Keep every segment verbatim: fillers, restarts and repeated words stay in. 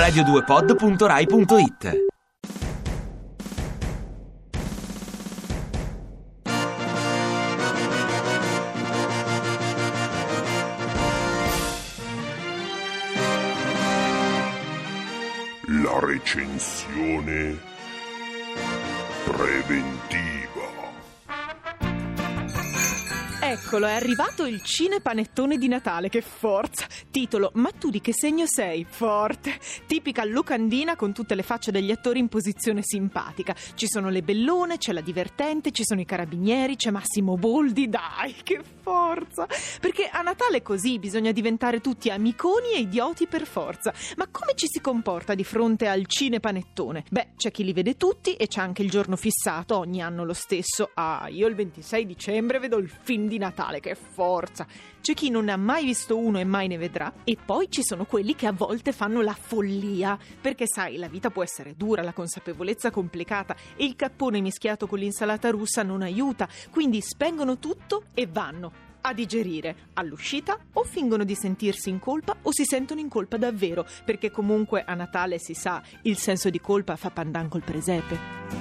radio due pod punto rai punto it. La recensione preventiva. Eccolo, è arrivato il cinepanettone di Natale, che forza! Titolo: ma tu di che segno sei? Forte! Tipica locandina con tutte le facce degli attori in posizione simpatica. Ci sono le bellone, c'è la divertente, ci sono i carabinieri, c'è Massimo Boldi. Dai, che forza! Perché a Natale così bisogna diventare tutti amiconi e idioti per forza. Ma come ci si comporta di fronte al cinepanettone? Beh, c'è chi li vede tutti e c'è anche il giorno fissato, ogni anno lo stesso. Ah, io il ventisei dicembre vedo il film di Natale, che forza! C'è chi non ne ha mai visto uno e mai ne vedrà, e poi ci sono quelli che a volte fanno la follia, perché sai, la vita può essere dura, la consapevolezza complicata e il cappone mischiato con l'insalata russa non aiuta, quindi spengono tutto e vanno a digerire all'uscita, o fingono di sentirsi in colpa o si sentono in colpa davvero, perché comunque a Natale si sa, il senso di colpa fa pandan col presepe.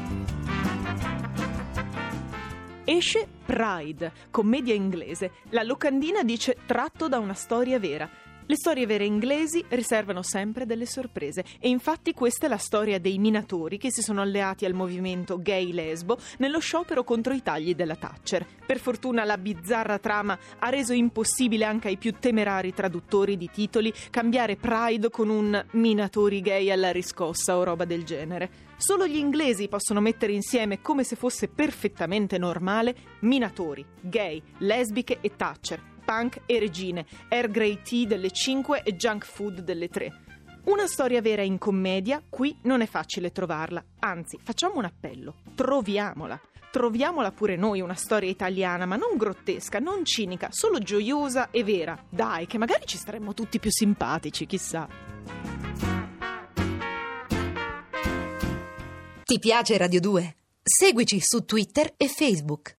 Esce Pride, commedia inglese. La locandina dice tratto da una storia vera. Le storie vere inglesi riservano sempre delle sorprese, e infatti questa è la storia dei minatori che si sono alleati al movimento gay lesbo nello sciopero contro i tagli della Thatcher. Per fortuna la bizzarra trama ha reso impossibile anche ai più temerari traduttori di titoli cambiare Pride con un minatori gay alla riscossa o roba del genere. Solo gli inglesi possono mettere insieme, come se fosse perfettamente normale, minatori, gay, lesbiche e Thatcher, punk e regine, Earl Grey Tea delle cinque e junk food delle tre. Una storia vera in commedia qui non è facile trovarla, anzi facciamo un appello, troviamola. Troviamola pure noi una storia italiana, ma non grottesca, non cinica, solo gioiosa e vera. Dai, che magari ci staremmo tutti più simpatici, chissà. Ti piace Radio due? Seguici su Twitter e Facebook.